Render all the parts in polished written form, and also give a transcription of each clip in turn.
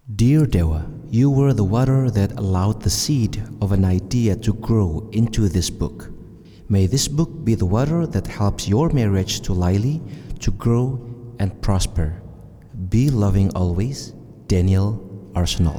Dear Dewa, you were the water that allowed the seed of an idea to grow into this book. May this book be the water that helps your marriage to Laili to grow and prosper. Be loving always, Daniel Arsenault.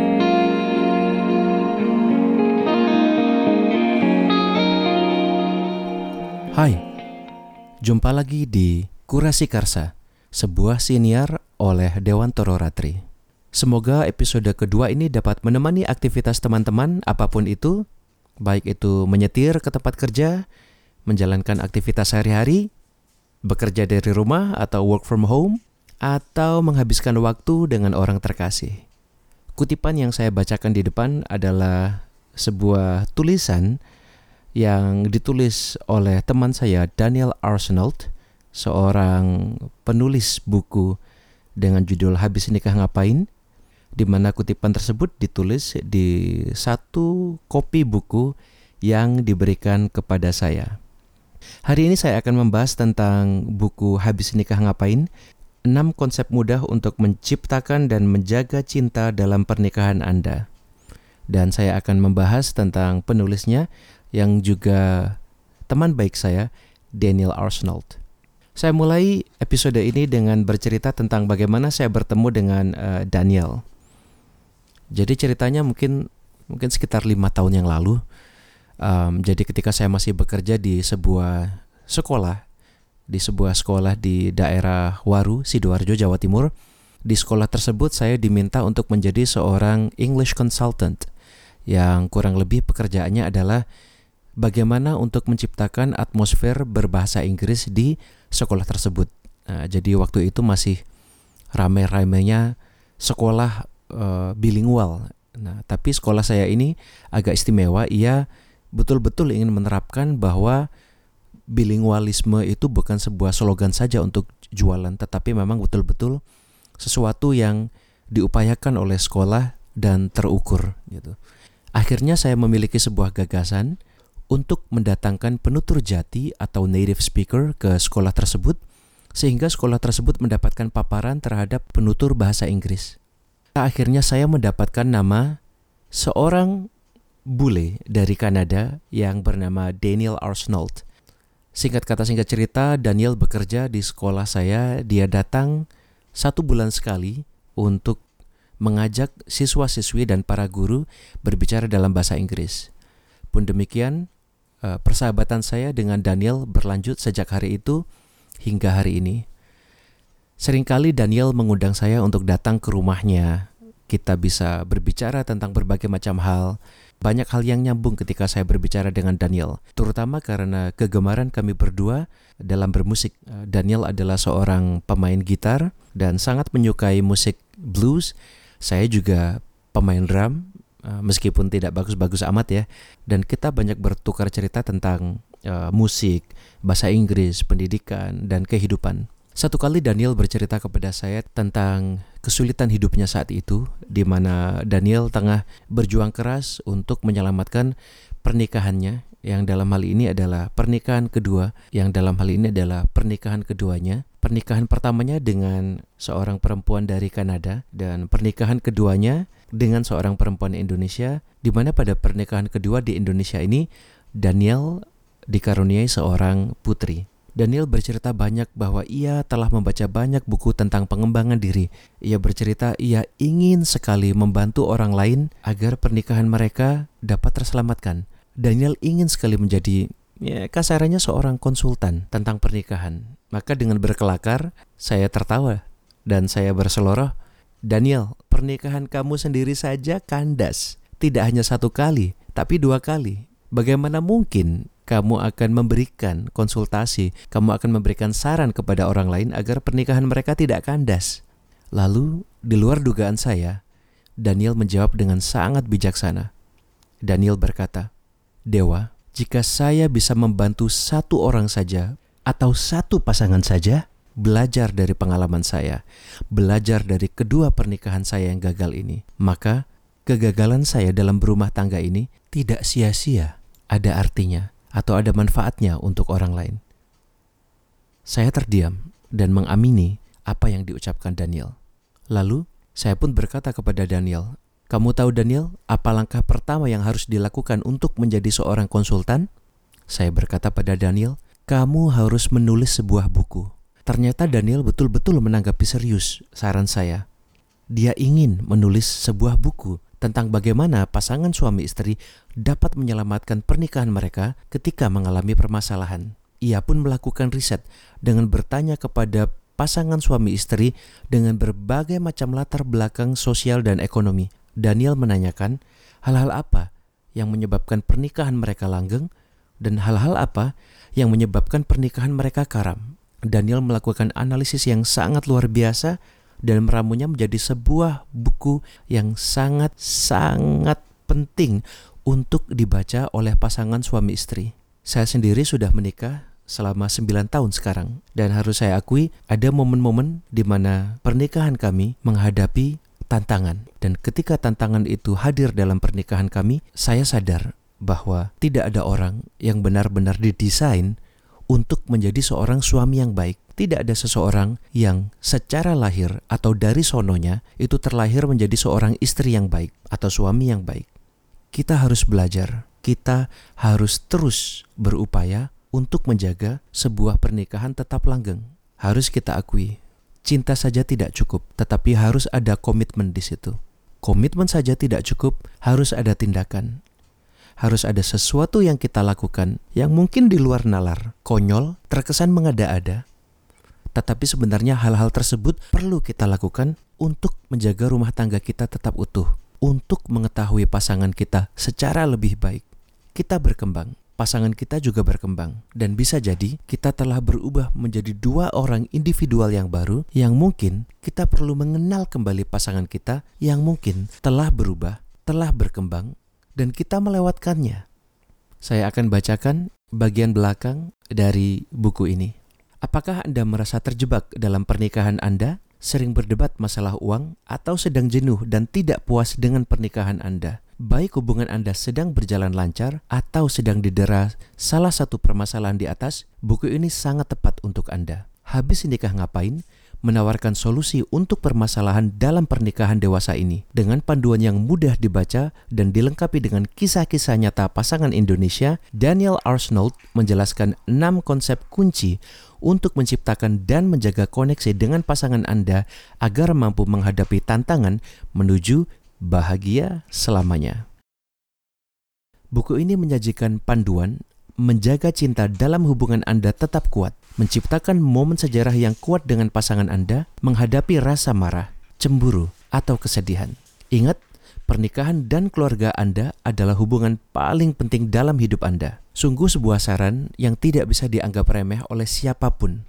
Hai, jumpa lagi di Kurasi Karsa, sebuah siniar oleh Dewan Toro Ratri. Semoga episode kedua ini dapat menemani aktivitas teman-teman apapun itu, baik itu menyetir ke tempat kerja, menjalankan aktivitas sehari-hari, bekerja dari rumah atau work from home, atau menghabiskan waktu dengan orang terkasih. Kutipan yang saya bacakan di depan adalah sebuah tulisan yang ditulis oleh teman saya Daniel Arsenault, seorang penulis buku dengan judul Habis Nikah Ngapain, di mana kutipan tersebut ditulis di satu kopi buku yang diberikan kepada saya. Hari ini saya akan membahas tentang buku Habis Nikah Ngapain, 6 konsep mudah untuk menciptakan dan menjaga cinta dalam pernikahan Anda. Dan saya akan membahas tentang penulisnya yang juga teman baik saya, Daniel Arsenault. Saya mulai episode ini dengan bercerita tentang bagaimana saya bertemu dengan Daniel. Jadi ceritanya mungkin sekitar 5 tahun yang lalu. Jadi ketika saya masih bekerja di sebuah sekolah di daerah Waru, Sidoarjo, Jawa Timur. Di sekolah tersebut saya diminta untuk menjadi seorang English consultant, yang kurang lebih pekerjaannya adalah bagaimana untuk menciptakan atmosfer berbahasa Inggris di sekolah tersebut. Jadi waktu itu masih ramai-ramainya sekolah bilingual. Nah, tapi sekolah saya ini agak istimewa. Ia betul-betul ingin menerapkan bahwa bilingualisme itu bukan sebuah slogan saja untuk jualan, tetapi memang betul-betul sesuatu yang diupayakan oleh sekolah dan terukur gitu. Akhirnya saya memiliki sebuah gagasan untuk mendatangkan penutur jati atau native speaker ke sekolah tersebut, sehingga sekolah tersebut mendapatkan paparan terhadap penutur bahasa Inggris. Akhirnya saya mendapatkan nama seorang bule dari Kanada yang bernama Daniel Arsenault. Singkat cerita, Daniel bekerja di sekolah saya. Dia datang 1 bulan sekali untuk mengajak siswa-siswi dan para guru berbicara dalam bahasa Inggris. Pun demikian, persahabatan saya dengan Daniel berlanjut sejak hari itu hingga hari ini. Seringkali Daniel mengundang saya untuk datang ke rumahnya. Kita bisa berbicara tentang berbagai macam hal. Banyak hal yang nyambung ketika saya berbicara dengan Daniel, terutama karena kegemaran kami berdua dalam bermusik. Daniel adalah seorang pemain gitar dan sangat menyukai musik blues. Saya juga pemain drum, meskipun tidak bagus-bagus amat ya. Dan kita banyak bertukar cerita tentang musik, bahasa Inggris, pendidikan, dan kehidupan. Satu kali Daniel bercerita kepada saya tentang kesulitan hidupnya saat itu, di mana Daniel tengah berjuang keras untuk menyelamatkan pernikahannya, yang dalam hal ini adalah pernikahan kedua, yang dalam hal ini adalah pernikahan keduanya. Pernikahan pertamanya dengan seorang perempuan dari Kanada, dan pernikahan keduanya dengan seorang perempuan Indonesia, di mana pada pernikahan kedua di Indonesia ini, Daniel dikaruniai seorang putri. Daniel bercerita banyak bahwa ia telah membaca banyak buku tentang pengembangan diri. Ia bercerita ia ingin sekali membantu orang lain agar pernikahan mereka dapat terselamatkan. Daniel ingin sekali menjadi, kasarannya seorang konsultan tentang pernikahan. Maka dengan berkelakar, saya tertawa dan saya berseloroh, "Daniel, pernikahan kamu sendiri saja kandas. Tidak hanya 1 kali, tapi 2 kali. Bagaimana mungkin kamu akan memberikan konsultasi, kamu akan memberikan saran kepada orang lain agar pernikahan mereka tidak kandas?" Lalu, di luar dugaan saya, Daniel menjawab dengan sangat bijaksana. Daniel berkata, "Dewa, jika saya bisa membantu 1 orang saja atau 1 pasangan saja, belajar dari pengalaman saya, belajar dari kedua pernikahan saya yang gagal ini, maka kegagalan saya dalam berumah tangga ini tidak sia-sia, ada artinya atau ada manfaatnya untuk orang lain." Saya terdiam dan mengamini apa yang diucapkan Daniel. Lalu Saya pun berkata kepada Daniel, "Kamu tahu Daniel, apa langkah pertama yang harus dilakukan untuk menjadi seorang konsultan?" Saya berkata pada Daniel, "Kamu harus menulis sebuah buku." Ternyata Daniel betul-betul menanggapi serius saran saya. Dia ingin menulis sebuah buku tentang bagaimana pasangan suami istri dapat menyelamatkan pernikahan mereka ketika mengalami permasalahan. Ia pun melakukan riset dengan bertanya kepada pasangan suami istri dengan berbagai macam latar belakang sosial dan ekonomi. Daniel menanyakan hal-hal apa yang menyebabkan pernikahan mereka langgeng dan hal-hal apa yang menyebabkan pernikahan mereka karam. Daniel melakukan analisis yang sangat luar biasa dan meramunya menjadi sebuah buku yang sangat penting untuk dibaca oleh pasangan suami istri. Saya sendiri sudah menikah selama 9 tahun sekarang, dan harus saya akui ada momen-momen di mana pernikahan kami menghadapi tantangan. Dan ketika tantangan itu hadir dalam pernikahan kami, saya sadar bahwa tidak ada orang yang benar-benar didesain untuk menjadi seorang suami yang baik. Tidak ada seseorang yang secara lahir atau dari sononya itu terlahir menjadi seorang istri yang baik atau suami yang baik. Kita harus belajar, kita harus terus berupaya untuk menjaga sebuah pernikahan tetap langgeng. Harus kita akui, cinta saja tidak cukup, tetapi harus ada komitmen di situ. Komitmen saja tidak cukup, harus ada tindakan. Harus ada sesuatu yang kita lakukan yang mungkin di luar nalar, konyol, terkesan mengada-ada. Tetapi sebenarnya hal-hal tersebut perlu kita lakukan untuk menjaga rumah tangga kita tetap utuh, untuk mengetahui pasangan kita secara lebih baik. Kita berkembang, pasangan kita juga berkembang, dan bisa jadi kita telah berubah menjadi dua orang individual yang baru yang mungkin kita perlu mengenal kembali pasangan kita yang mungkin telah berubah, telah berkembang, dan kita melewatkannya. Saya akan bacakan bagian belakang dari buku ini. Apakah Anda merasa terjebak dalam pernikahan Anda, sering berdebat masalah uang, atau sedang jenuh dan tidak puas dengan pernikahan Anda? Baik hubungan Anda sedang berjalan lancar atau sedang didera salah satu permasalahan di atas, buku ini sangat tepat untuk Anda. Habis nikah ngapain? Menawarkan solusi untuk permasalahan dalam pernikahan dewasa ini dengan panduan yang mudah dibaca dan dilengkapi dengan kisah-kisah nyata pasangan Indonesia. Daniel Arsenault menjelaskan 6 konsep kunci untuk menciptakan dan menjaga koneksi dengan pasangan Anda agar mampu menghadapi tantangan menuju bahagia selamanya. Buku ini menyajikan panduan menjaga cinta dalam hubungan Anda tetap kuat, menciptakan momen sejarah yang kuat dengan pasangan Anda, menghadapi rasa marah, cemburu, atau kesedihan. Ingat, pernikahan dan keluarga Anda adalah hubungan paling penting dalam hidup Anda. Sungguh sebuah saran yang tidak bisa dianggap remeh oleh siapapun.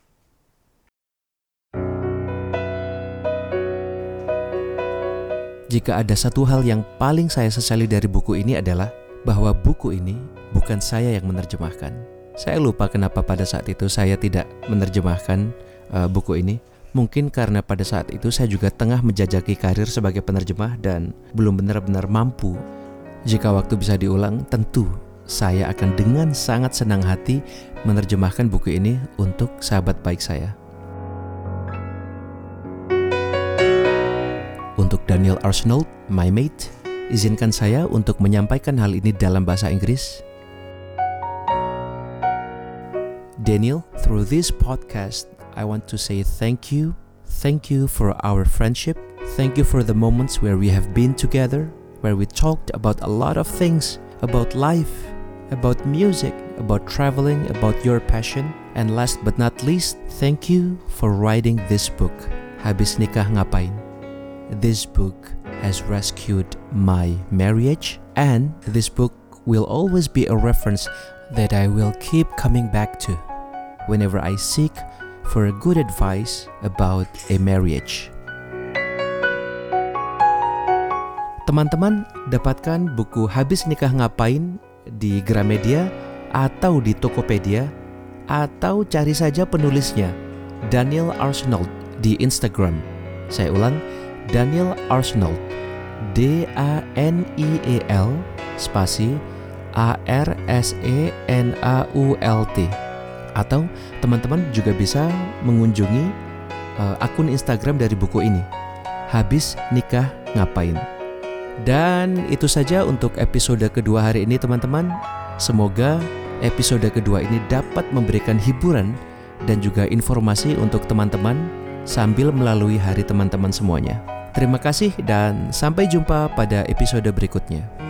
Jika ada satu hal yang paling saya sesali dari buku ini adalah bahwa buku ini bukan saya yang menerjemahkan. Saya lupa kenapa pada saat itu saya tidak menerjemahkan buku ini. Mungkin karena pada saat itu saya juga tengah menjajaki karir sebagai penerjemah dan belum benar-benar mampu. Jika waktu bisa diulang, tentu saya akan dengan sangat senang hati menerjemahkan buku ini untuk sahabat baik saya. Untuk Daniel Arsenault, my mate, izinkan saya untuk menyampaikan hal ini dalam bahasa Inggris. Daniel, through this podcast, I want to say thank you. Thank you for our friendship. Thank you for the moments where we have been together, where we talked about a lot of things, about life, about music, about traveling, about your passion. And last but not least, thank you for writing this book, Habis Nikah Ngapain. This book has rescued my marriage, and this book will always be a reference that I will keep coming back to whenever I seek for a good advice about a marriage. Teman-teman, dapatkan buku Habis Nikah Ngapain di Gramedia atau di Tokopedia, atau cari saja penulisnya, Daniel Arsenault, di Instagram. Saya ulang, Daniel Arsenault, Daniel spasi Arsenault. Atau teman-teman juga bisa mengunjungi akun Instagram dari buku ini, habis nikah ngapain? Dan itu saja untuk episode kedua hari ini teman-teman. Semoga episode kedua ini dapat memberikan hiburan dan juga informasi untuk teman-teman sambil melalui hari teman-teman semuanya. Terima kasih dan sampai jumpa pada episode berikutnya.